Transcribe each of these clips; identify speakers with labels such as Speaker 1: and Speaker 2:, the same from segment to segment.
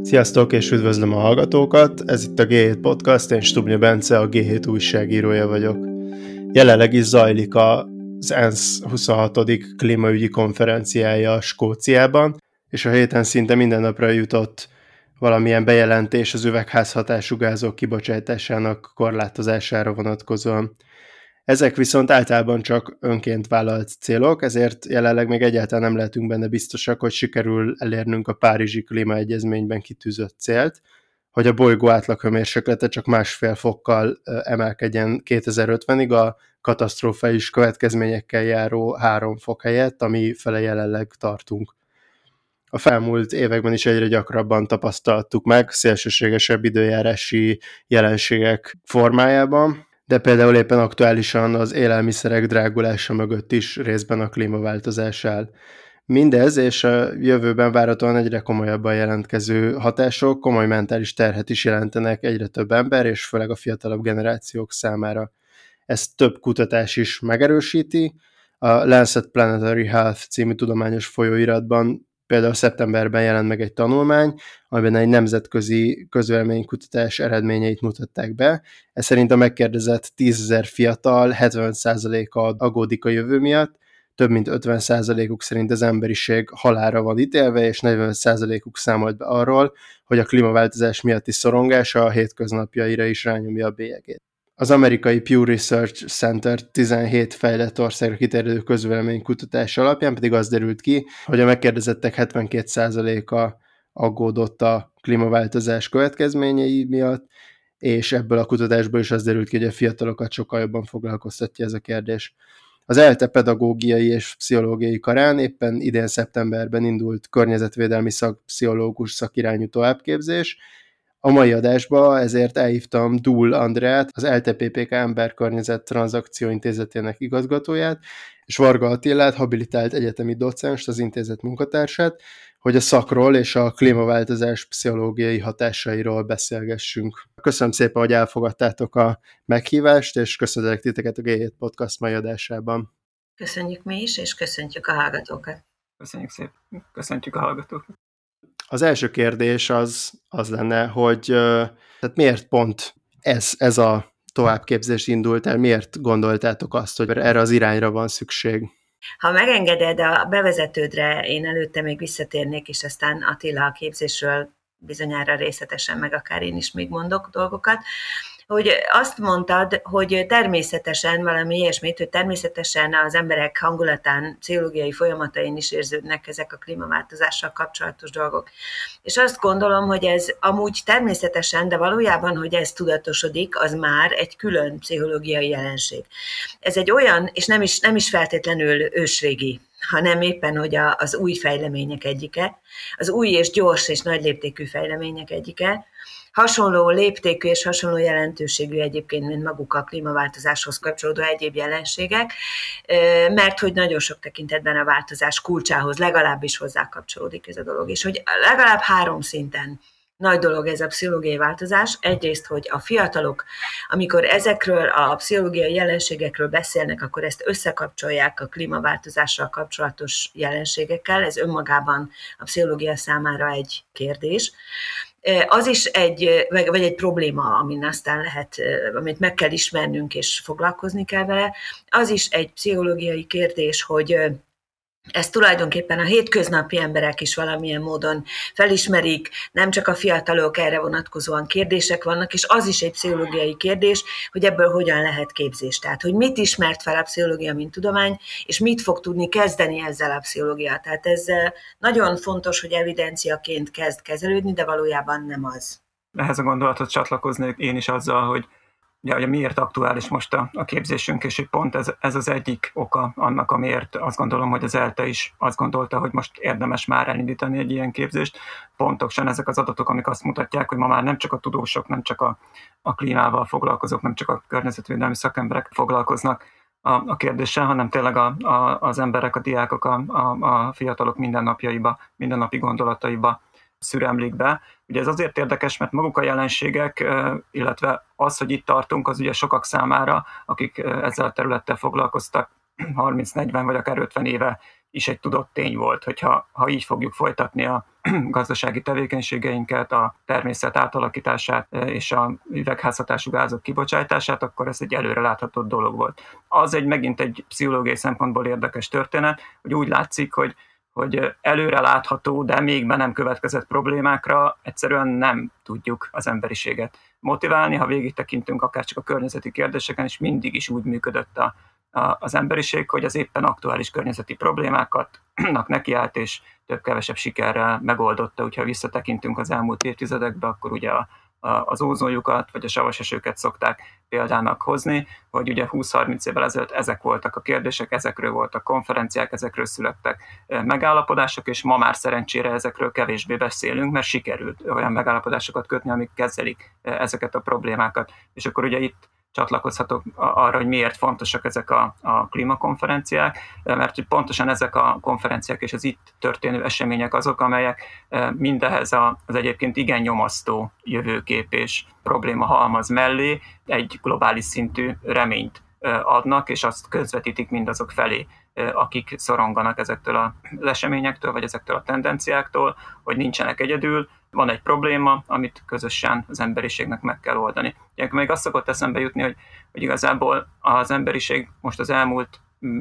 Speaker 1: Sziasztok, és üdvözlöm a hallgatókat! Ez itt a G7 Podcast, én Stubnya Bence, a G7 újságírója vagyok. Jelenleg is zajlik az ENSZ 26. klímaügyi konferenciája Skóciában, és a héten szinte minden napra jutott valamilyen bejelentés az üvegházhatású gázok kibocsátásának korlátozására vonatkozóan. Ezek viszont általában csak önként vállalt célok, ezért jelenleg még egyáltalán nem lehetünk benne biztosak, hogy sikerül elérnünk a Párizsi Klímaegyezményben kitűzött célt, hogy a bolygó átlaghőmérséklete csak 1,5 fokkal emelkedjen 2050-ig a katasztrofális következményekkel járó 3 fok helyett, ami fele jelenleg tartunk. A felmúlt években is egyre gyakrabban tapasztaltuk meg szélsőségesebb időjárási jelenségek formájában, de például éppen aktuálisan az élelmiszerek drágulása mögött is részben a klímaváltozás áll. Mindez és a jövőben várhatóan egyre komolyabban jelentkező hatások komoly mentális terhet is jelentenek egyre több ember, és főleg a fiatalabb generációk számára. Ezt több kutatás is megerősíti. A Lancet Planetary Health című tudományos folyóiratban például szeptemberben jelent meg egy tanulmány, amiben egy nemzetközi közvéleménykutatás eredményeit mutatták be. Ez szerint a megkérdezett 10 000 fiatal 75%-a aggódik a jövő miatt, több mint 50%-uk szerint az emberiség halálra van ítélve, és 45%-uk számolt be arról, hogy a klímaváltozás miatti szorongása a hétköznapjaira is rányomja a bélyegét. Az amerikai Pew Research Center 17 fejlett országra kiterjedő közvéleménykutatás alapján pedig az derült ki, hogy a megkérdezettek 72%-a aggódott a klímaváltozás következményei miatt, és ebből a kutatásból is az derült ki, hogy a fiatalokat sokkal jobban foglalkoztatja ez a kérdés. Az ELTE pedagógiai és pszichológiai karán éppen idén szeptemberben indult környezetvédelmi szakpszichológus szakirányú továbbképzés. A mai adásba ezért elhívtam Dúl Andreát, az ELTE PPK Emberkörnyezet Tranzakció Intézetének igazgatóját, és Varga Attilát, habilitált egyetemi docenst, az intézet munkatársát, hogy a szakról és a klímaváltozás pszichológiai hatásairól beszélgessünk. Köszönöm szépen, hogy elfogadtátok a meghívást, és köszönjük titeket a G7 Podcast mai adásában.
Speaker 2: Köszönjük mi is, és köszöntjük a hallgatókat.
Speaker 3: Köszönjük szépen, köszöntjük a hallgatókat.
Speaker 1: Az első kérdés az lenne, hogy tehát miért pont ez a továbbképzés indult el, miért gondoltátok azt, hogy erre az irányra van szükség?
Speaker 2: Ha megengeded a bevezetődre, én előtte még visszatérnék, és aztán Attila a képzésről bizonyára részletesen, meg akár én is még mondok dolgokat, hogy azt mondtad, hogy természetesen valami ilyesmit, hogy természetesen az emberek hangulatán, pszichológiai folyamatain is érződnek ezek a klímaváltozással kapcsolatos dolgok. És azt gondolom, hogy ez amúgy természetesen, de valójában, hogy ez tudatosodik, az már egy külön pszichológiai jelenség. Ez egy olyan, és nem is feltétlenül ősrégi, hanem éppen, hogy az új fejlemények egyike, az új és gyors és nagy léptékű fejlemények egyike, hasonló léptékű és hasonló jelentőségű egyébként, mint maguk a klímaváltozáshoz kapcsolódó egyéb jelenségek, mert hogy nagyon sok tekintetben a változás kulcsához legalábbis hozzá kapcsolódik ez a dolog, és hogy legalább 3 szinten nagy dolog ez a pszichológiai változás. Egyrészt, hogy a fiatalok, amikor ezekről a pszichológiai jelenségekről beszélnek, akkor ezt összekapcsolják a klímaváltozással kapcsolatos jelenségekkel, ez önmagában a pszichológia számára egy kérdés. Az is egy probléma, amin aztán amit meg kell ismernünk és foglalkozni kell vele. Az is egy pszichológiai kérdés, hogy ezt tulajdonképpen a hétköznapi emberek is valamilyen módon felismerik, nem csak a fiatalok, erre vonatkozóan kérdések vannak, és az is egy pszichológiai kérdés, hogy ebből hogyan lehet képzés. Tehát, hogy mit ismert fel a pszichológia, mint tudomány, és mit fog tudni kezdeni ezzel a pszichológia. Tehát ez nagyon fontos, hogy evidenciaként kezd kezelődni, de valójában nem az.
Speaker 3: Ehhez a gondolatot csatlakoznék én is azzal, hogy miért aktuális most a képzésünk, és hogy pont ez az egyik oka annak, amiért azt gondolom, hogy az ELTE is azt gondolta, hogy most érdemes már elindítani egy ilyen képzést. Pontosan ezek az adatok, amik azt mutatják, hogy ma már nem csak a tudósok, nem csak a klímával foglalkozók, nem csak a környezetvédelmi szakemberek foglalkoznak a kérdéssel, hanem tényleg az emberek, a diákok, a fiatalok mindennapi gondolataiba szüremlik be. Ugye ez azért érdekes, mert maguk a jelenségek, illetve az, hogy itt tartunk, az ugye sokak számára, akik ezzel a területtel foglalkoztak, 30-40 vagy akár 50 éve is egy tudott tény volt, hogyha így fogjuk folytatni a gazdasági tevékenységeinket, a természet átalakítását és a üvegházhatású gázok kibocsátását, akkor ez egy előrelátható dolog volt. Az megint egy pszichológiai szempontból érdekes történet, hogy úgy látszik, hogy előrelátható, de még be nem következett problémákra egyszerűen nem tudjuk az emberiséget motiválni. Ha végig tekintünk akár csak a környezeti kérdéseken, és mindig is úgy működött az emberiség, hogy az éppen aktuális környezeti problémákat nekiállt, és több-kevesebb sikerrel megoldotta. Úgyha visszatekintünk az elmúlt évtizedekbe, akkor ugye az ózonjukat, vagy a savasesőket szokták példának hozni, hogy ugye 20-30 évvel ezelőtt ezek voltak a kérdések, ezekről voltak konferenciák, ezekről születtek megállapodások, és ma már szerencsére ezekről kevésbé beszélünk, mert sikerült olyan megállapodásokat kötni, amik kezelik ezeket a problémákat. És akkor ugye itt csatlakozhatok arra, hogy miért fontosak ezek a klímakonferenciák, mert pontosan ezek a konferenciák és az itt történő események azok, amelyek mindehez az egyébként igen nyomasztó jövőkép és probléma halmaz mellé egy globális szintű reményt adnak, és azt közvetítik mindazok felé, akik szoronganak ezektől az eseményektől, vagy ezektől a tendenciáktól, hogy nincsenek egyedül, van egy probléma, amit közösen az emberiségnek meg kell oldani. Ilyenkor még azt szokott eszembe jutni, hogy igazából az emberiség most az elmúlt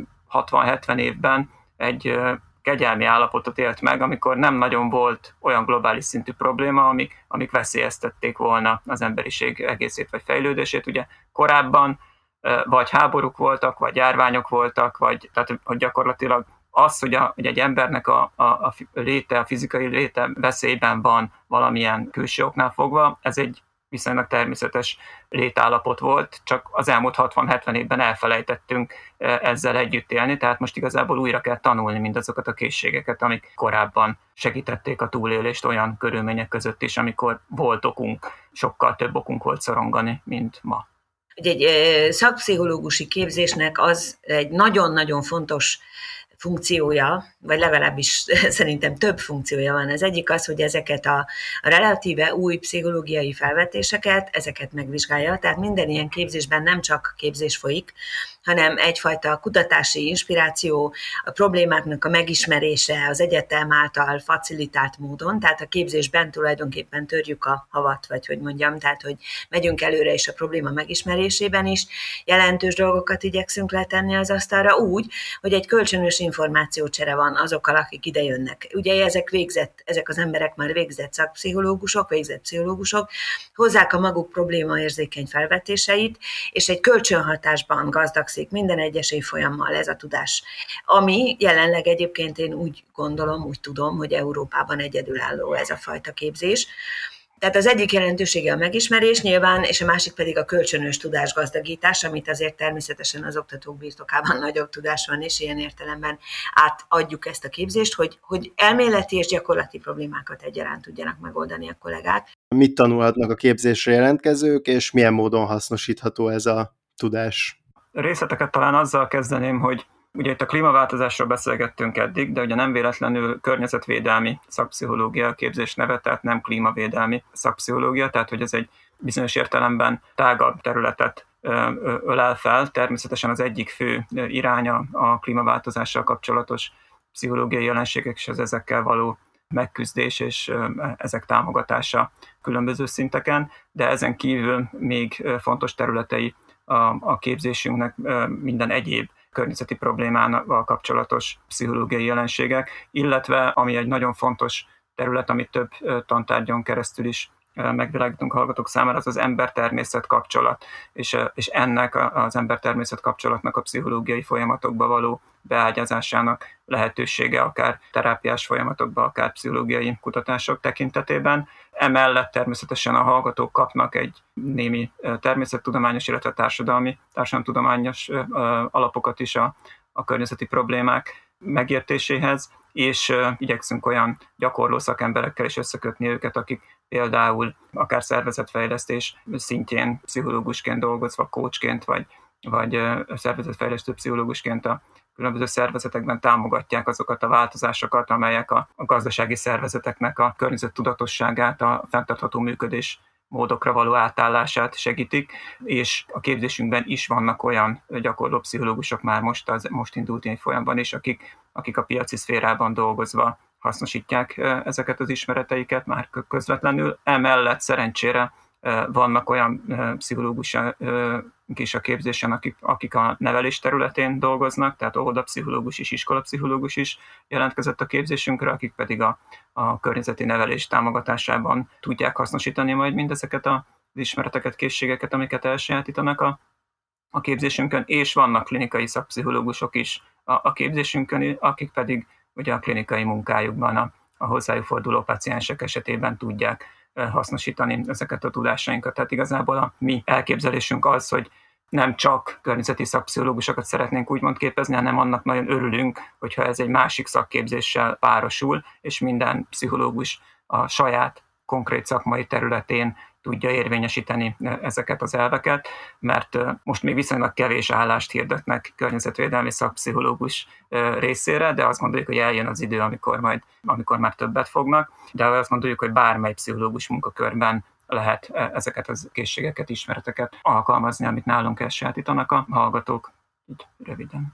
Speaker 3: 60-70 évben egy kegyelmi állapotot élt meg, amikor nem nagyon volt olyan globális szintű probléma, amik veszélyeztették volna az emberiség egészét vagy fejlődését. Ugye korábban vagy háborúk voltak, vagy járványok voltak, tehát hogy gyakorlatilag az, hogy egy embernek a léte, a fizikai léte veszélyben van valamilyen külső oknál fogva, ez egy viszonylag természetes létállapot volt, csak az elmúlt 60-70 évben elfelejtettünk ezzel együtt élni, tehát most igazából újra kell tanulni mindazokat a készségeket, amik korábban segítették a túlélést olyan körülmények között is, amikor volt okunk, sokkal több okunk volt szorongani, mint ma.
Speaker 2: Egy szakpszichológusi képzésnek az egy nagyon-nagyon fontos funkciója, vagy legalábbis szerintem több funkciója van. Az egyik az, hogy ezeket a relatíve új pszichológiai felvetéseket, ezeket megvizsgálja, tehát minden ilyen képzésben nem csak képzés folyik, hanem egyfajta kutatási inspiráció, a problémáknak a megismerése az egyetem által facilitált módon, tehát a képzésben tulajdonképpen törjük a havat, vagy hogy mondjam, tehát hogy megyünk előre is a probléma megismerésében is, jelentős dolgokat igyekszünk letenni az asztalra úgy, hogy egy kölcsönös információcsere van azokkal, akik ide jönnek. Ugye ezek az emberek már végzett szakpszichológusok, végzett pszichológusok, hozzák a maguk problémaérzékeny felvetéseit, és egy kölcsönhatásban gazdagszik minden egyes évfolyammal ez a tudás. Ami jelenleg egyébként én úgy gondolom, úgy tudom, hogy Európában egyedülálló ez a fajta képzés. Tehát az egyik jelentősége a megismerés nyilván, és a másik pedig a kölcsönös tudásgazdagítás, amit azért természetesen az oktatók birtokában nagyobb tudás van, és ilyen értelemben átadjuk ezt a képzést, hogy elméleti és gyakorlati problémákat egyaránt tudjanak megoldani a kollégák.
Speaker 1: Mit tanulhatnak a képzésre jelentkezők, és milyen módon hasznosítható ez a tudás?
Speaker 3: Részleteket talán azzal kezdeném, hogy ugye itt a klímaváltozásról beszélgettünk eddig, de ugye nem véletlenül környezetvédelmi szakpszichológia képzés neve, tehát nem klímavédelmi szakpszichológia, tehát hogy ez egy bizonyos értelemben tágabb területet ölel fel. Természetesen az egyik fő iránya a klímaváltozással kapcsolatos pszichológiai jelenségek és az ezekkel való megküzdés és ezek támogatása különböző szinteken, de ezen kívül még fontos területei a képzésünknek minden egyéb környezeti problémával kapcsolatos pszichológiai jelenségek, illetve ami egy nagyon fontos terület, amit több tantárgyon keresztül is megvilágítunk hallgatók számára, az az ember-természet kapcsolat, és ennek az ember-természet kapcsolatnak a pszichológiai folyamatokba való beágyazásának lehetősége, akár terápiás folyamatokba, akár pszichológiai kutatások tekintetében. Emellett természetesen a hallgatók kapnak egy némi természettudományos, illetve társadalomtudományos alapokat is a környezeti problémák megértéséhez, és igyekszünk olyan gyakorló szakemberekkel is összekötni őket, akik például akár szervezetfejlesztés szintjén pszichológusként dolgozva, coachként, vagy szervezetfejlesztő pszichológusként a különböző szervezetekben támogatják azokat a változásokat, amelyek a gazdasági szervezeteknek a környezettudatosságát, a fenntartható működés módokra való átállását segítik, és a képzésünkben is vannak olyan gyakorló pszichológusok már most indult ilyen folyamban is, akik a piaci szférában dolgozva hasznosítják ezeket az ismereteiket már közvetlenül. Emellett szerencsére vannak olyan pszichológusok is a képzésen, akik a nevelés területén dolgoznak, tehát óvodapszichológus is, iskolapszichológus is jelentkezett a képzésünkre, akik pedig a környezeti nevelés támogatásában tudják hasznosítani majd mindezeket az ismereteket, készségeket, amiket elsajátítanak a képzésünkön, és vannak klinikai szakpszichológusok is a képzésünkön, akik pedig ugye a klinikai munkájukban a hozzájuk forduló páciensek esetében tudják hasznosítani ezeket a tudásainkat. Tehát igazából a mi elképzelésünk az, hogy nem csak környezeti szakpszichológusokat szeretnénk úgymond képezni, hanem annak nagyon örülünk, hogyha ez egy másik szakképzéssel párosul, és minden pszichológus a saját konkrét szakmai területén tudja érvényesíteni ezeket az elveket, mert most még viszonylag kevés állást hirdetnek környezetvédelmi szakpszichológus részére, de azt gondoljuk, hogy eljön az idő, amikor már többet fognak, de azt gondoljuk, hogy bármely pszichológus munkakörben lehet ezeket az készségeket, ismereteket alkalmazni, amit nálunk elsajátítanak a hallgatók. Így röviden.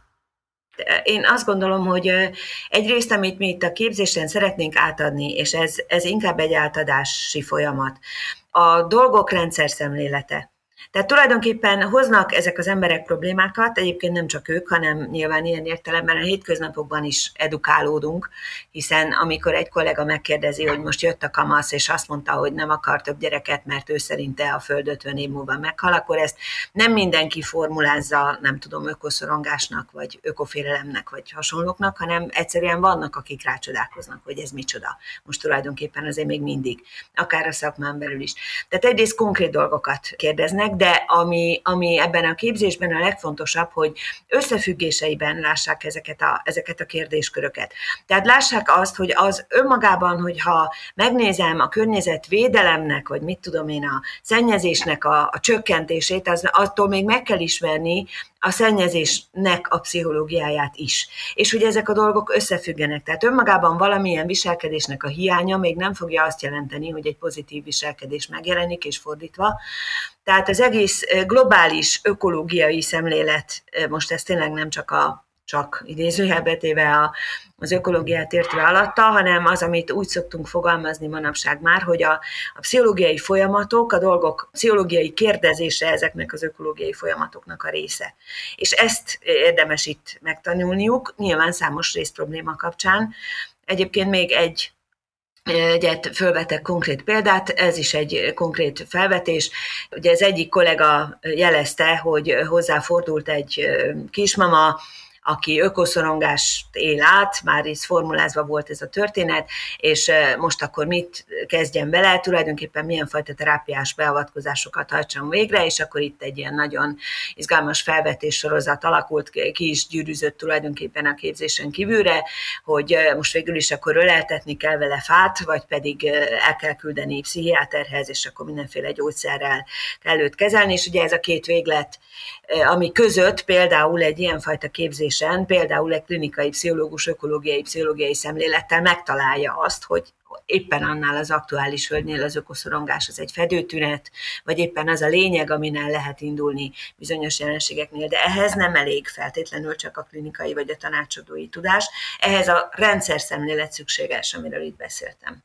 Speaker 2: Én azt gondolom, hogy egyrészt, amit mi itt a képzésen szeretnénk átadni, és ez inkább egy átadási folyamat, a dolgok rendszerszemlélete. Tehát tulajdonképpen hoznak ezek az emberek problémákat, egyébként nem csak ők, hanem nyilván ilyen értelemben a hétköznapokban is edukálódunk, hiszen amikor egy kollega megkérdezi, hogy most jött a kamasz, és azt mondta, hogy nem akar több gyereket, mert ő szerinte a Föld 50 év múlva meghal, akkor ezt nem mindenki formulázza, nem tudom, ökoszorongásnak, vagy ökofélelemnek, vagy hasonlóknak, hanem egyszerűen vannak, akik rácsodálkoznak, hogy ez micsoda. Most tulajdonképpen azért még mindig, akár a szakmán belül is. Tehát egyrészt konkrét dolgokat kérdeznek, de ami ebben a képzésben a legfontosabb, hogy összefüggéseiben lássák ezeket a kérdésköröket. Tehát lássák azt, hogy az önmagában, hogyha megnézem a környezetvédelemnek, vagy mit tudom én, a szennyezésnek a csökkentését, attól még meg kell ismerni a szennyezésnek a pszichológiáját is. És hogy ezek a dolgok összefüggenek. Tehát önmagában valamilyen viselkedésnek a hiánya még nem fogja azt jelenteni, hogy egy pozitív viselkedés megjelenik, és fordítva. Tehát az egész globális ökológiai szemlélet, most ez tényleg nem csak idézőjelbe téve az ökológiát értve alatta, hanem az, amit úgy szoktunk fogalmazni manapság már, hogy a pszichológiai folyamatok, a dolgok pszichológiai kérdezése ezeknek az ökológiai folyamatoknak a része. És ezt érdemes itt megtanulniuk, nyilván számos részprobléma kapcsán. Egyébként még egyet fölvetek konkrét példát, ez is egy konkrét felvetés. Ugye az egyik kollega jelezte, hogy hozzáfordult egy kismama, aki ökoszorongást él át, már is formulázva volt ez a történet, és most akkor mit kezdjen vele, tulajdonképpen milyen fajta terápiás beavatkozásokat hajtson végre, és akkor itt egy ilyen nagyon izgalmas felvetés sorozat alakult, ki is gyűrűzött tulajdonképpen a képzésen kívülre, hogy most végül is akkor öleltetni kell vele fát, vagy pedig el kell küldeni pszichiáterhez, és akkor mindenféle gyógyszerrel kell őt kezelni, és ugye ez a két véglet, ami között például egy ilyenfajta képzésen, például egy klinikai pszichológus, pszichológiai szemlélettel megtalálja azt, hogy éppen annál az aktuális hölgynél az ökoszorongás az egy fedőtünet, vagy éppen az a lényeg, aminál lehet indulni bizonyos jelenségeknél, de ehhez nem elég feltétlenül csak a klinikai vagy a tanácsadói tudás, ehhez a rendszerszemlélet szükséges, amiről itt beszéltem.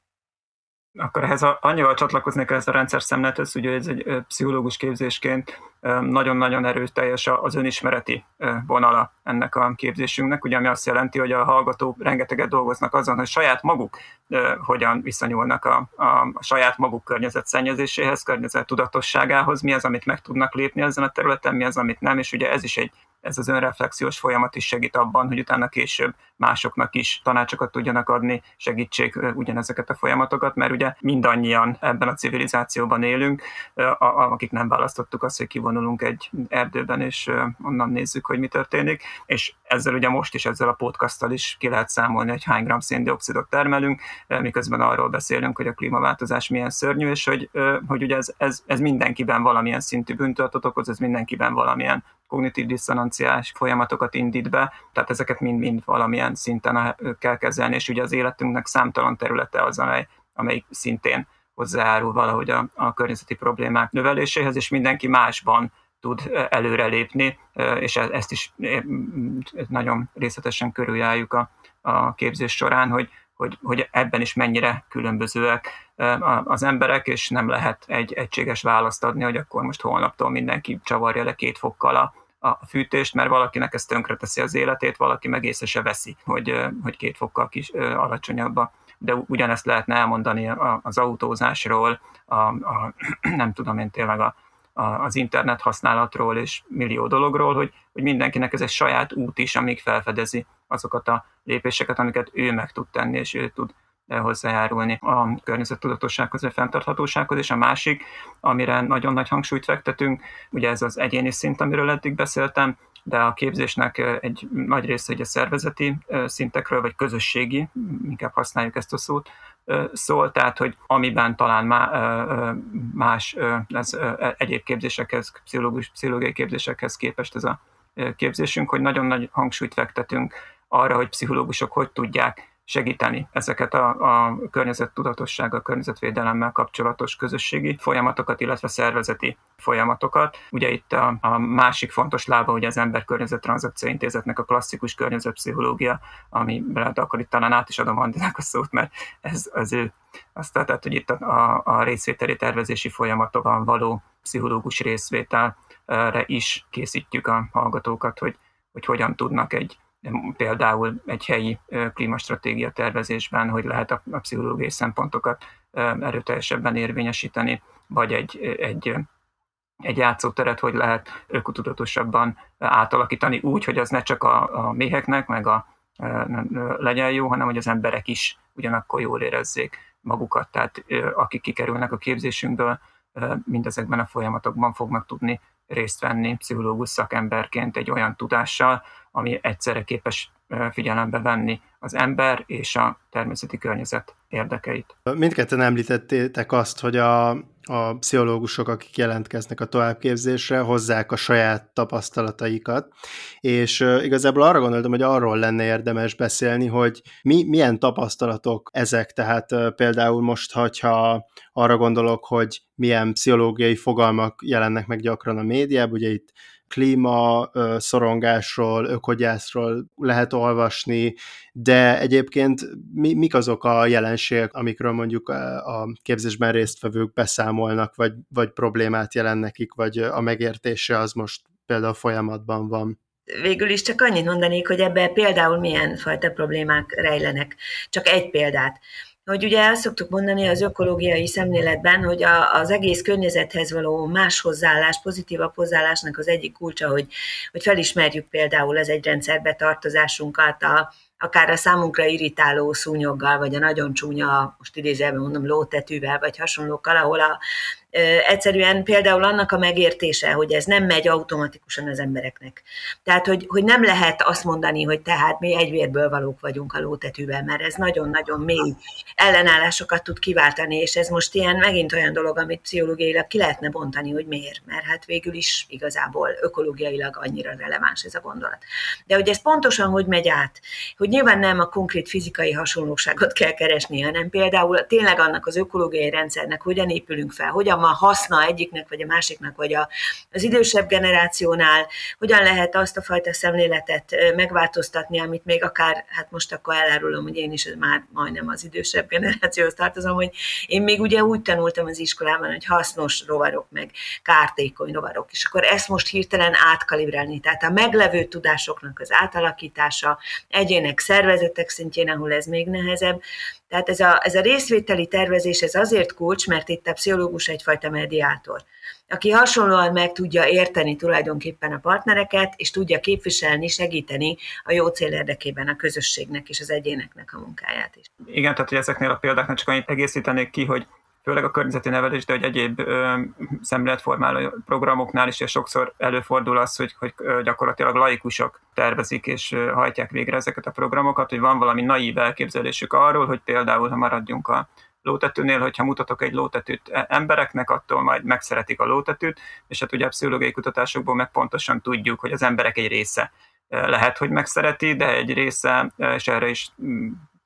Speaker 3: Akkor ehhez annyival csatlakoznék ehhez a rendszer szemlélethez, ugye ez egy pszichológus képzésként nagyon-nagyon erőteljes az önismereti vonala ennek a képzésünknek, ugye ami azt jelenti, hogy a hallgatók rengeteget dolgoznak azon, hogy saját maguk hogyan viszonyulnak a saját maguk környezetszennyezéséhez, környezet tudatosságához, mi az, amit meg tudnak lépni ezen a területen, mi az, amit nem, és ugye ez az önreflexiós folyamat is segít abban, hogy utána később másoknak is tanácsokat tudjanak adni, segítsék ugyanezeket a folyamatokat, mert ugye mindannyian ebben a civilizációban élünk, akik nem választottuk azt, hogy kivonulunk egy erdőben, és onnan nézzük, hogy mi történik, és ezzel ugye most is, ezzel a podcasttal is ki lehet számolni, hogy hány gramm széndioxidot termelünk, miközben arról beszélünk, hogy a klímaváltozás milyen szörnyű, és hogy ugye ez mindenkiben valamilyen szintű bűntudatot okoz, ez mindenkiben valamilyen kognitív diszonanciás folyamatokat indít be, tehát ezeket mind valamilyen szinten kell kezelni, és ugye az életünknek számtalan területe az, amely szintén hozzájárul valahogy a környezeti problémák növeléséhez, és mindenki másban tud előrelépni, és ezt is nagyon részletesen körüljárjuk a képzés során, hogy ebben is mennyire különbözőek az emberek, és nem lehet egy egységes választ adni, hogy akkor most holnaptól mindenki csavarja le 2 fokkal a fűtést, mert valakinek ez tönkreteszi az életét, valaki meg észre se veszi, hogy 2 fokkal alacsonyabb. De ugyanezt lehetne elmondani az autózásról, nem tudom én tényleg az internet használatról és millió dologról, hogy mindenkinek ez egy saját út is, amíg felfedezi azokat a lépéseket, amiket ő meg tud tenni, és ő tud hozzájárulni a környezettudatossághoz, a fenntarthatósághoz, és a másik, amire nagyon nagy hangsúlyt fektetünk, ugye ez az egyéni szint, amiről eddig beszéltem, de a képzésnek egy nagy része ugye szervezeti szintekről, vagy közösségi, inkább használjuk ezt a szót, szól, tehát, hogy amiben talán más ez egyéb képzésekhez, pszichológiai képzésekhez képest ez a képzésünk, hogy nagyon nagy hangsúlyt fektetünk arra, hogy pszichológusok hogy tudják segíteni ezeket a környezettudatossággal, környezetvédelemmel kapcsolatos közösségi folyamatokat, illetve szervezeti folyamatokat. Ugye itt a másik fontos lába, ugye az Ember-Környezet Tranzakció Intézetnek a klasszikus környezetpszichológia, amiben akkor itt talán át is adom Andinak a szót, mert ez az ő. Tehát, hogy itt a részvételi tervezési folyamatokban való pszichológus részvételre is készítjük a hallgatókat, hogy hogyan tudnak például egy helyi klímastratégia tervezésben, hogy lehet a pszichológiai szempontokat erőteljesebben érvényesíteni, vagy egy játszóteret, hogy lehet ökotudatosabban átalakítani úgy, hogy az ne csak a méheknek, meg legyen jó, hanem hogy az emberek is ugyanakkor jól érezzék magukat. Tehát akik kikerülnek a képzésünkből, mindezekben a folyamatokban fognak tudni részt venni pszichológus szakemberként egy olyan tudással, ami egyszerre képes figyelembe venni az ember és a természeti környezet érdekeit.
Speaker 1: Mindketten említettétek azt, hogy a pszichológusok, akik jelentkeznek a továbbképzésre, hozzák a saját tapasztalataikat, és igazából arra gondoltam, hogy arról lenne érdemes beszélni, hogy milyen tapasztalatok ezek, tehát például most, hogyha arra gondolok, hogy milyen pszichológiai fogalmak jelennek meg gyakran a médiában, ugye itt klíma szorongásról, ökogyászról lehet olvasni, de egyébként mik azok a jelenségek, amikről mondjuk a képzésben résztvevők beszámolnak, vagy problémát jelent nekik, vagy a megértése az most például folyamatban van?
Speaker 2: Végül is csak annyit mondanék, hogy ebben például milyen fajta problémák rejlenek. Csak egy példát. Hogy ugye azt szoktuk mondani az ökológiai szemléletben, hogy az egész környezethez való más hozzáállás, pozitívabb hozzáállásnak az egyik kulcsa, hogy felismerjük például az egyrendszerbe tartozásunkat, akár a számunkra irritáló szúnyoggal, vagy a nagyon csúnya, most idézőjelben mondom, lótetűvel, vagy hasonlókkal, ahol egyszerűen például annak a megértése, hogy ez nem megy automatikusan az embereknek. Tehát, hogy nem lehet azt mondani, hogy tehát mi egy vérből valók vagyunk a lótetűvel, mert ez nagyon-nagyon mély ellenállásokat tud kiváltani, és ez most megint olyan dolog, amit pszichológiailag ki lehetne bontani, hogy miért, mert hát végül is igazából ökológiailag annyira releváns ez a gondolat. De hogy ez pontosan hogy megy át, hogy nyilván nem a konkrét fizikai hasonlóságot kell keresni, hanem például tényleg annak az ökológiai rendszernek hogyan épülünk fel, hogyan van haszna egyiknek, vagy a másiknak, vagy az idősebb generációnál, hogyan lehet azt a fajta szemléletet megváltoztatni, amit még akár, hát most akkor elárulom, hogy én is már majdnem az idősebb generációhoz tartozom, hogy én még ugye úgy tanultam az iskolában, hogy hasznos rovarok, meg kártékony rovarok, és akkor ezt most hirtelen átkalibrálni, tehát a meglevő tudásoknak az átalakítása, egyének, szervezetek szintjén, ahol ez még nehezebb. Tehát ez a részvételi tervezés ez azért kulcs, mert itt a pszichológus egyfajta mediátor, aki hasonlóan meg tudja érteni tulajdonképpen a partnereket, és tudja képviselni, segíteni a jó cél érdekében a közösségnek és az egyéneknek a munkáját is.
Speaker 3: Igen, tehát hogy ezeknél a példáknál csak annyit egészítenék ki, hogy főleg a környezeti nevelés, de hogy egyéb szemléletformáló programoknál is sokszor előfordul az, hogy gyakorlatilag laikusok tervezik és hajtják végre ezeket a programokat, hogy van valami naív elképzelésük arról, hogy például, ha maradjunk a lótetőnél, hogyha mutatok egy lótetőt embereknek, attól majd megszeretik a lótetőt, és hát ugye a pszichológiai kutatásokból meg pontosan tudjuk, hogy az emberek egy része lehet, hogy megszereti, de egy része, és erre is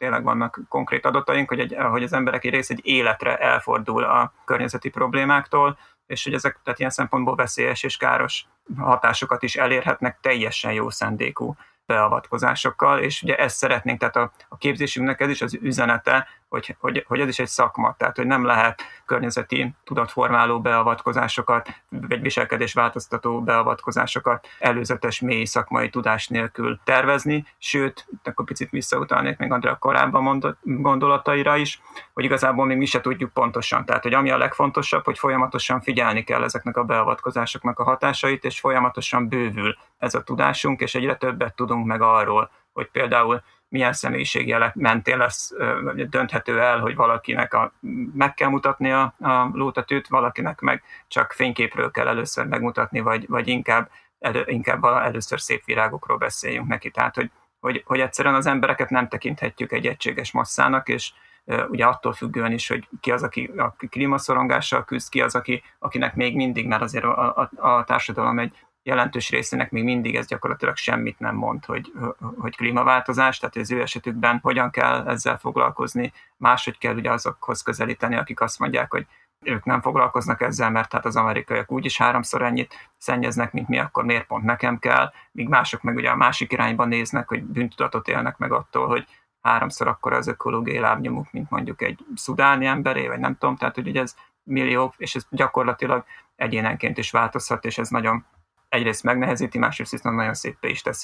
Speaker 3: tényleg vannak konkrét adataink, hogy az emberek egy rész egy életre elfordul a környezeti problémáktól, és hogy ezek tehát ilyen szempontból veszélyes és káros hatásokat is elérhetnek teljesen jó szándékú beavatkozásokkal, és ugye ezt szeretnénk, tehát a képzésünknek ez is az üzenete, hogy ez is egy szakma, tehát hogy nem lehet környezeti tudatformáló beavatkozásokat, vagy viselkedés változtató beavatkozásokat előzetes mély szakmai tudás nélkül tervezni, sőt, akkor picit visszautalnék még Andrea korábban mondott gondolataira is, hogy igazából még mi se tudjuk pontosan, tehát hogy ami a legfontosabb, hogy folyamatosan figyelni kell ezeknek a beavatkozásoknak a hatásait, és folyamatosan bővül ez a tudásunk, és egyre többet tudunk meg arról, hogy például milyen személyiségjelek mentén dönthető el, hogy valakinek meg kell mutatni a lótetőt, valakinek meg csak fényképről kell először megmutatni, vagy inkább először szép virágokról beszéljünk neki. Tehát, hogy egyszerűen az embereket nem tekinthetjük egy egységes masszának, és ugye attól függően is, hogy ki az, aki a klímaszorongással küzd, ki az, akinek még mindig, mert azért a társadalom egy jelentős részének még mindig ez gyakorlatilag semmit nem mond, hogy klímaváltozás, tehát az ő esetükben hogyan kell ezzel foglalkozni, máshogy kell ugye azokhoz közelíteni, akik azt mondják, hogy ők nem foglalkoznak ezzel, mert hát az amerikaiak úgyis 3-szor ennyit szennyeznek, mint mi, akkor miért pont nekem kell, míg mások meg ugye a másik irányba néznek, hogy bűntudatot élnek meg attól, hogy 3-szor akkora az ökológiai lábnyomuk, mint mondjuk egy szudáni emberé, vagy nem tudom, tehát hogy ugye ez millió, és ez gyakorlatilag egyénenként is változhat, és ez nagyon egyrészt megnehezíti, másrészt viszont nagyon széppé is teszi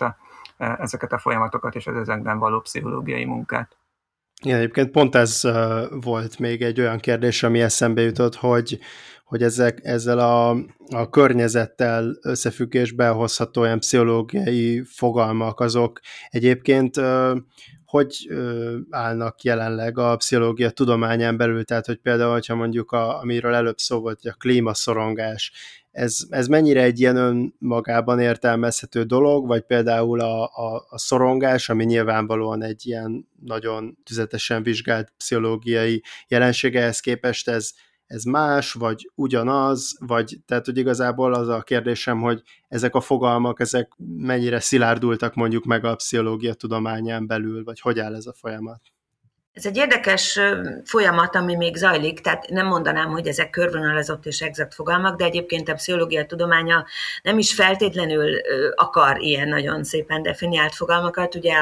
Speaker 3: ezeket a folyamatokat és az ezekben való pszichológiai munkát.
Speaker 1: Igen, egyébként pont ez volt még egy olyan kérdés, ami eszembe jutott, hogy ezzel a környezettel összefüggésbe hozható olyan pszichológiai fogalmak, azok egyébként hogy állnak jelenleg a pszichológia tudományán belül, tehát hogy például, hogyha mondjuk amiről előbb szó volt, hogy a klímaszorongás, ez mennyire egy ilyen önmagában értelmezhető dolog, vagy például a szorongás, ami nyilvánvalóan egy ilyen nagyon tüzetesen vizsgált pszichológiai jelensége, ehhez képest ez más, vagy ugyanaz, vagy tehát, hogy igazából az a kérdésem, hogy ezek a fogalmak, ezek mennyire szilárdultak mondjuk meg a pszichológia tudományán belül, vagy hogy áll ez a folyamat?
Speaker 2: Ez egy érdekes folyamat, ami még zajlik, tehát nem mondanám, hogy ezek körvonalazott és exakt fogalmak, de egyébként a pszichológia tudománya nem is feltétlenül akar ilyen nagyon szépen definiált fogalmakat. Ugye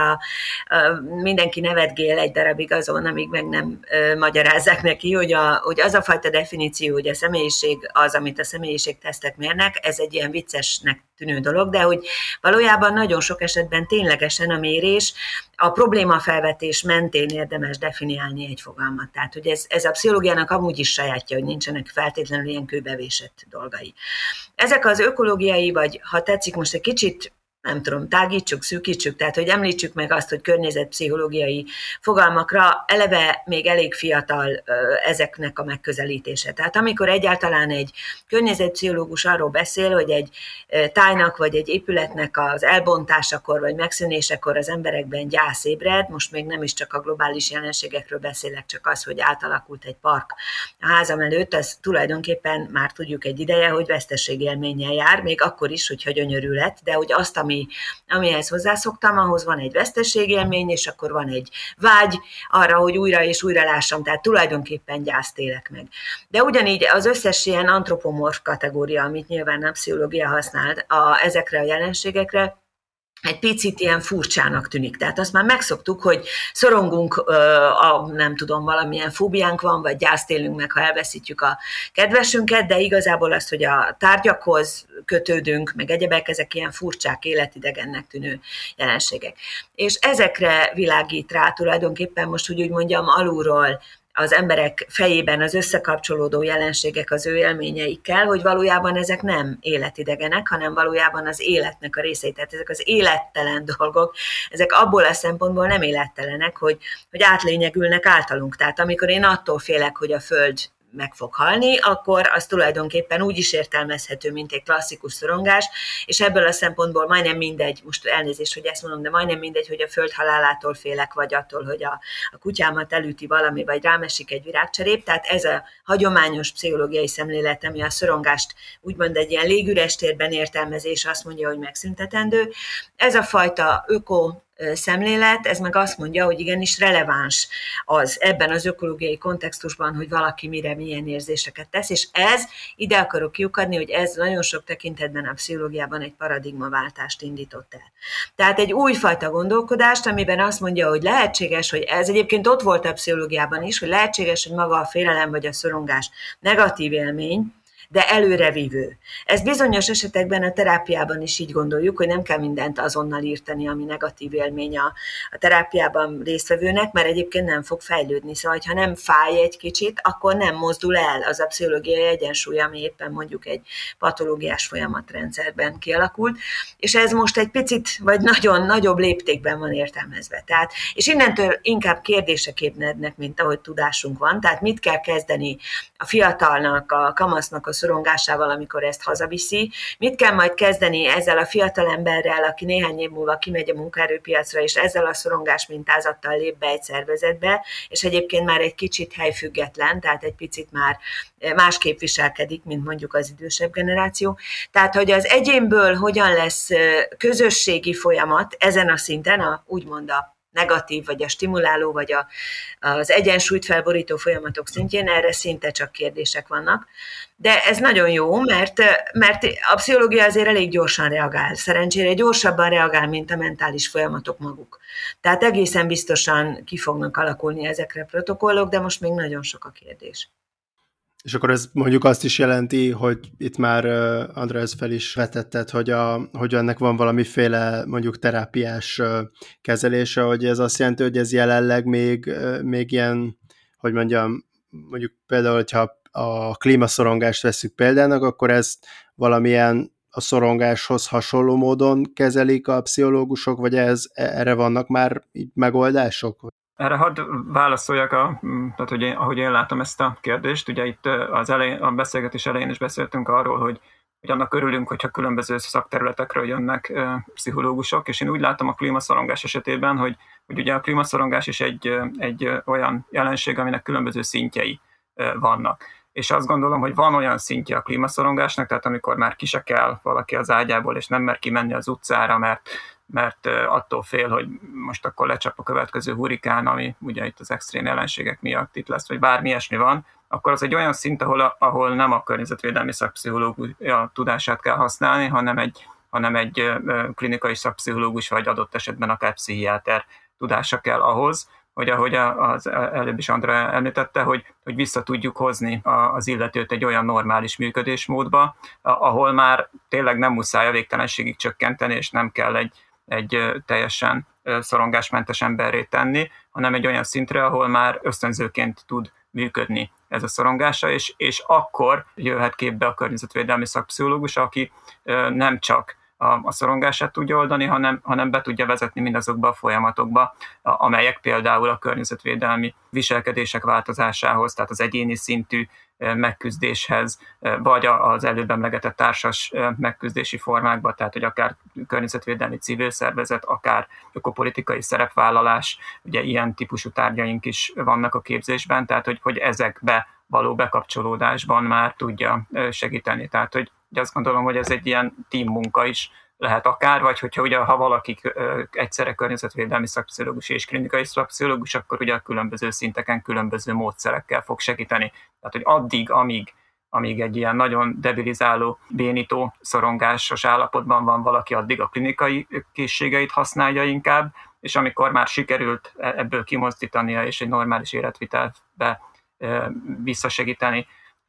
Speaker 2: mindenki nevetgél egy darabig azon, amíg meg nem magyarázzák neki, hogy az a fajta definíció, hogy a személyiség az, amit a személyiségtesztek mérnek, ez egy ilyen viccesnek tűnő dolog, de hogy valójában nagyon sok esetben ténylegesen a mérés a problémafelvetés mentén érdemes definiálni egy fogalmat. Tehát, hogy ez a pszichológiának amúgy is sajátja, hogy nincsenek feltétlenül ilyen kőbevésett dolgai. Ezek az ökológiai, vagy ha tetszik most egy kicsit, nem tudom, tágítsuk, szűkítsük, tehát hogy említsük meg azt, hogy környezetpszichológiai fogalmakra eleve még elég fiatal ezeknek a megközelítése. Tehát amikor egyáltalán egy környezetpszichológus arról beszél, hogy egy tájnak vagy egy épületnek az elbontásakor vagy megszűnésekor az emberekben gyász ébred, most még nem is csak a globális jelenségekről beszélek, csak az, hogy átalakult egy park a házam előtt, az tulajdonképpen már tudjuk egy ideje, hogy veszteségélménnyel jár, még akkor is, hogyha gyönyörű lett, de hogy azt, amihez hozzászoktam, ahhoz van egy veszteségélmény, és akkor van egy vágy arra, hogy újra és újra lássam, tehát tulajdonképpen gyászt élek meg. De ugyanígy az összes ilyen antropomorf kategória, amit nyilván a pszichológia használ ezekre a jelenségekre, egy picit ilyen furcsának tűnik. Tehát azt már megszoktuk, hogy szorongunk, nem tudom, valamilyen fóbiánk van, vagy gyászt élünk meg, ha elveszítjük a kedvesünket, de igazából az, hogy a tárgyakhoz kötődünk, meg egyebek, ezek ilyen furcsák, életidegennek tűnő jelenségek. És ezekre világít rá tulajdonképpen most, hogy úgy mondjam, alulról az emberek fejében az összekapcsolódó jelenségek az ő élményeikkel, hogy valójában ezek nem életidegenek, hanem valójában az életnek a részei. Tehát ezek az élettelen dolgok, ezek abból a szempontból nem élettelenek, hogy átlényegülnek általunk. Tehát amikor én attól félek, hogy a Föld meg fog halni, akkor az tulajdonképpen úgy is értelmezhető, mint egy klasszikus szorongás, és ebből a szempontból majdnem mindegy, most elnézést, hogy ezt mondom, de majdnem mindegy, hogy a Föld halálától félek, vagy attól, hogy a kutyámat elüti valami, vagy rámesik egy virágcserép, tehát ez a hagyományos pszichológiai szemlélet, ami a szorongást úgymond egy ilyen légüres térben értelmezés, azt mondja, hogy megszüntetendő. Ez a fajta szemlélet, ez meg azt mondja, hogy igenis releváns az ebben az ökológiai kontextusban, hogy valaki mire milyen érzéseket tesz, és ide akarok kiukadni, hogy ez nagyon sok tekintetben a pszichológiában egy paradigmaváltást indított el. Tehát egy újfajta gondolkodást, amiben azt mondja, hogy lehetséges, hogy ez egyébként ott volt a pszichológiában is, hogy lehetséges, hogy maga a félelem vagy a szorongás negatív élmény, de előrevívő. Ez bizonyos esetekben a terápiában is így gondoljuk, hogy nem kell mindent azonnal írtani, ami negatív élmény a terápiában résztvevőnek, mert egyébként nem fog fejlődni. Szóval, ha nem fáj egy kicsit, akkor nem mozdul el az a pszichológiai egyensúly, ami éppen mondjuk egy patológiás folyamatrendszerben kialakult, és ez most egy picit, vagy nagyon nagyobb léptékben van értelmezve. Tehát, és innentől inkább kérdések ébrednek, mint ahogy tudásunk van. Tehát mit kell kezdeni a fiatalnak, a kamasznak a szorongásával, amikor ezt hazaviszi. Mit kell majd kezdeni ezzel a fiatal emberrel, aki néhány év múlva kimegy a munkaerőpiacra, és ezzel a szorongás mintázattal lép be egy szervezetbe, és egyébként már egy kicsit helyfüggetlen, tehát egy picit már másképp viselkedik, mint mondjuk az idősebb generáció. Tehát, hogy az egyénből hogyan lesz közösségi folyamat ezen a szinten, úgymond a negatív, vagy a stimuláló, vagy az egyensúlyt felborító folyamatok szintjén, erre szinte csak kérdések vannak. De ez nagyon jó, mert a pszichológia azért elég gyorsan reagál. Szerencsére gyorsabban reagál, mint a mentális folyamatok maguk. Tehát egészen biztosan ki fognak alakulni ezekre a protokollok, de most még nagyon sok a kérdés.
Speaker 1: És akkor ez mondjuk azt is jelenti, hogy itt már András fel is vetetted, hogy ennek van valamiféle mondjuk terápiás kezelése, hogy ez azt jelenti, hogy ez jelenleg még ilyen, hogy mondjam, mondjuk például, hogyha a klímaszorongást vesszük példának, akkor ezt valamilyen a szorongáshoz hasonló módon kezelik a pszichológusok, vagy erre vannak már így megoldások?
Speaker 3: Erre hadd válaszoljak, tehát hogy ahogy én látom ezt a kérdést, ugye itt a beszélgetés elején is beszéltünk arról, hogy annak örülünk, hogyha különböző szakterületekről jönnek pszichológusok, és én úgy látom a klímaszorongás esetében, hogy ugye a klímaszorongás is egy olyan jelenség, aminek különböző szintjei vannak. És azt gondolom, hogy van olyan szintje a klímaszorongásnak, tehát amikor már ki se kell valaki az ágyából, és nem mer kimenni az utcára, mert attól fél, hogy most akkor lecsap a következő hurikán, ami ugye itt az extrém jelenségek miatt itt lesz, vagy bármi ilyesmi van, akkor az egy olyan szint, ahol nem a környezetvédelmi szakpszichológia tudását kell használni, hanem egy klinikai szakpszichológus, vagy adott esetben akár pszichiáter tudása kell ahhoz, hogy ahogy az előbb is Andra említette, hogy vissza tudjuk hozni az illetőt egy olyan normális működésmódba, ahol már tényleg nem muszáj a végtelenségig csökkenteni, és nem kell egy teljesen szorongásmentes emberré tenni, hanem egy olyan szintre, ahol már ösztönzőként tud működni ez a szorongása, és akkor jöhet képbe a környezetvédelmi szakpszichológus, aki nem csak a szorongását tudja oldani, hanem be tudja vezetni mindazokba a folyamatokba, amelyek például a környezetvédelmi viselkedések változásához, tehát az egyéni szintű megküzdéshez, vagy az előbb emlegetett társas megküzdési formákba, tehát hogy akár környezetvédelmi civil szervezet, akár ökopolitikai szerepvállalás, ugye ilyen típusú tárgyaink is vannak a képzésben, tehát hogy ezekbe való bekapcsolódásban már tudja segíteni. Tehát hogy azt gondolom, hogy ez egy ilyen team munka is lehet akár, vagy ha valaki egyszerre környezetvédelmi szakpszichológus és klinikai szakpszichológus, akkor ugye a különböző szinteken különböző módszerekkel fog segíteni. Tehát, hogy addig, amíg egy ilyen nagyon debilizáló, bénító, szorongásos állapotban van valaki, addig a klinikai készségeit használja inkább, és amikor már sikerült ebből kimozdítania és egy normális életvitelbe visszasegíteni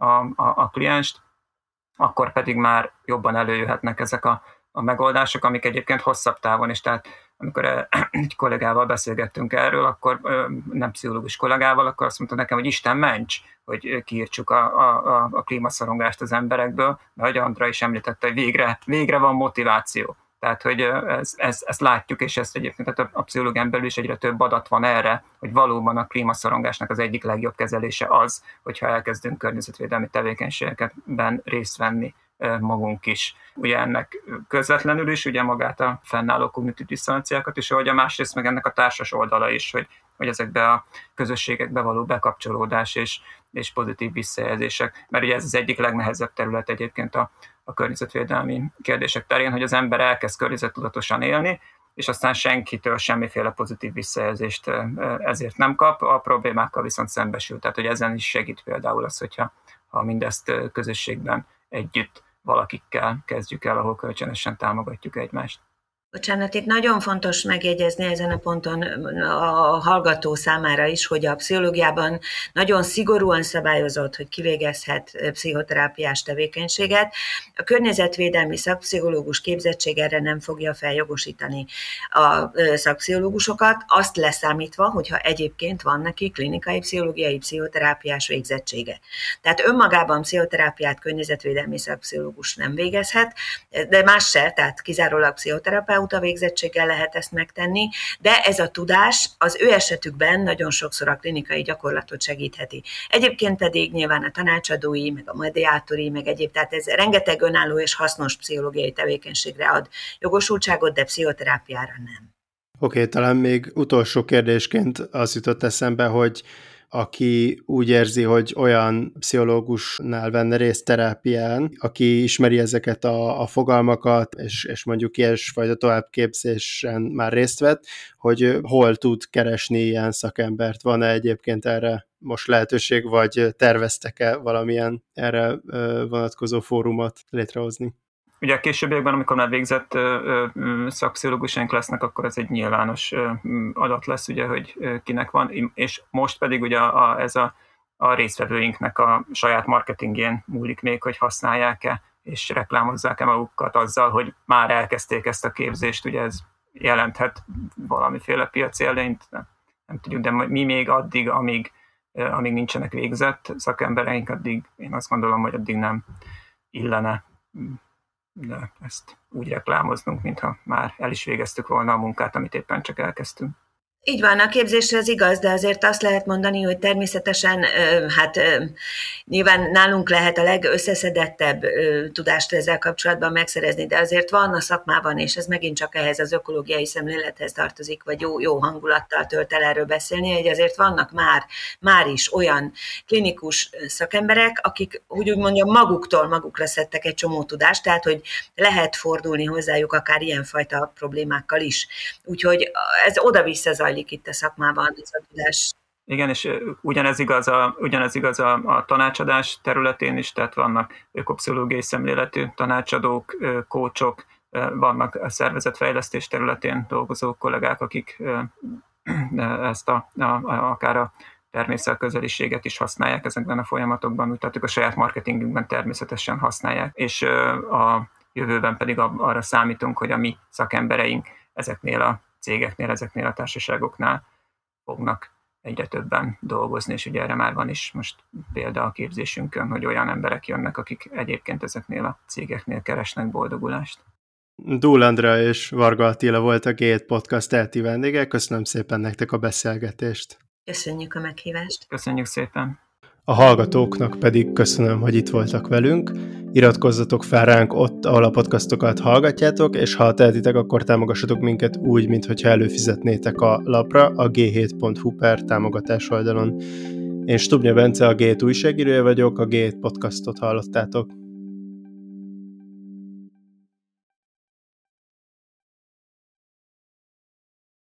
Speaker 3: a klienst, akkor pedig már jobban előjöhetnek ezek a megoldások, amik egyébként hosszabb távon is. Tehát amikor egy kollégával beszélgettünk erről, akkor nem pszichológus kollégával, akkor azt mondta nekem, hogy Isten ments, hogy kiírtsuk a klímaszorongást az emberekből, de ahogy Andra is említette, hogy végre van motiváció. Tehát, hogy ezt látjuk, és ezt egyébként a pszichológián belül is egyre több adat van erre, hogy valóban a klímaszorongásnak az egyik legjobb kezelése az, hogyha elkezdünk környezetvédelmi tevékenységekben részt venni magunk is. Ugye ennek közvetlenül is, ugye magát a fennálló kognitív diszonanciákat is, ahogy a másrészt meg ennek a társas oldala is, hogy ezekbe a közösségekbe való bekapcsolódás és pozitív visszajelzések. Mert ugye ez az egyik legnehezebb terület egyébként a környezetvédelmi kérdések terén, hogy az ember elkezd környezettudatosan élni, és aztán senkitől semmiféle pozitív visszajelzést ezért nem kap, a problémákkal viszont szembesül. Tehát, hogy ezen is segít például az, hogyha mindezt közösségben együtt valakikkel kezdjük el, ahol kölcsönösen támogatjuk egymást.
Speaker 2: Bocsánat, itt nagyon fontos megjegyezni ezen a ponton a hallgató számára is, hogy a pszichológiában nagyon szigorúan szabályozott, hogy kivégezhet pszichoterápiás tevékenységet. A környezetvédelmi szakpszichológus képzettség erre nem fogja feljogosítani a szakpszichológusokat, azt leszámítva, hogyha egyébként van neki klinikai pszichológiai pszichoterápiás végzettsége. Tehát önmagában pszichoterápiát környezetvédelmi szakpszichológus nem végezhet, de más se, tehát kizárólag pszichoterapeuta végzettséggel lehet ezt megtenni, de ez a tudás az ő esetükben nagyon sokszor a klinikai gyakorlatot segítheti. Egyébként pedig nyilván a tanácsadói, meg a mediátori, meg egyéb, tehát ez rengeteg önálló és hasznos pszichológiai tevékenységre ad jogosultságot, de pszichoterápiára nem.
Speaker 1: Oké, talán még utolsó kérdésként az jutott eszembe, hogy aki úgy érzi, hogy olyan pszichológusnál venne részt terápián, aki ismeri ezeket a fogalmakat, és mondjuk ilyesfajta továbbképzésen már részt vett, hogy hol tud keresni ilyen szakembert. Van-e egyébként erre most lehetőség, vagy terveztek-e valamilyen erre vonatkozó fórumot létrehozni?
Speaker 3: Ugye a későbbiekben, amikor már végzett szakpszichológusaink lesznek, akkor ez egy nyilvános adat lesz, ugye, hogy kinek van, és most pedig ugye ez a résztvevőinknek a saját marketingjén múlik még, hogy használják-e, és reklámozzák-e magukat azzal, hogy már elkezdték ezt a képzést, ugye ez jelenthet valamiféle piaci előnyt, nem tudjuk, de mi még addig, amíg nincsenek végzett szakembereink, addig én azt gondolom, hogy addig nem illene de ezt úgy reklámoznunk, mintha már el is végeztük volna a munkát, amit éppen csak elkezdtünk.
Speaker 2: Így van, a képzésre ez igaz, de azért azt lehet mondani, hogy természetesen nyilván nálunk lehet a legösszeszedettebb tudást ezzel kapcsolatban megszerezni, de azért van a szakmában, és ez megint csak ehhez az ökológiai szemlélethez tartozik, vagy jó hangulattal tört el erről beszélni, hogy azért vannak már is olyan klinikus szakemberek, akik úgy mondjam magukra szedtek egy csomó tudást, tehát hogy lehet fordulni hozzájuk akár ilyenfajta problémákkal is. Úgyhogy ez oda-vissza zajlik itt a szakmában ez a tudás.
Speaker 3: Igen, és ugyanez igaz a tanácsadás területén is, tehát vannak ökopszichológiai szemléletű tanácsadók, coachok, vannak a szervezetfejlesztés területén dolgozó kollégák, akik ezt akár a természetközeliséget is használják ezekben a folyamatokban, úgy tehát a saját marketingünkben természetesen használják, és a jövőben pedig arra számítunk, hogy a mi szakembereink ezeknél a cégeknél, ezeknél a társaságoknál fognak egyre többen dolgozni, és ugye erre már van is most példa a képzésünkön, hogy olyan emberek jönnek, akik egyébként ezeknél a cégeknél keresnek boldogulást.
Speaker 1: Dúl Andrea és Varga Attila volt a G7 Podcast elti vendége. Köszönöm szépen nektek a beszélgetést.
Speaker 2: Köszönjük a meghívást.
Speaker 3: Köszönjük szépen.
Speaker 1: A hallgatóknak pedig köszönöm, hogy itt voltak velünk. Iratkozzatok fel ránk ott, ahol a podcastokat hallgatjátok, és ha tehetitek, akkor támogassatok minket úgy, mintha előfizetnétek a lapra a g7.hu/támogatás oldalon. Én Stubnya Bence, a G7 újságírója vagyok, a G7 podcastot hallottátok.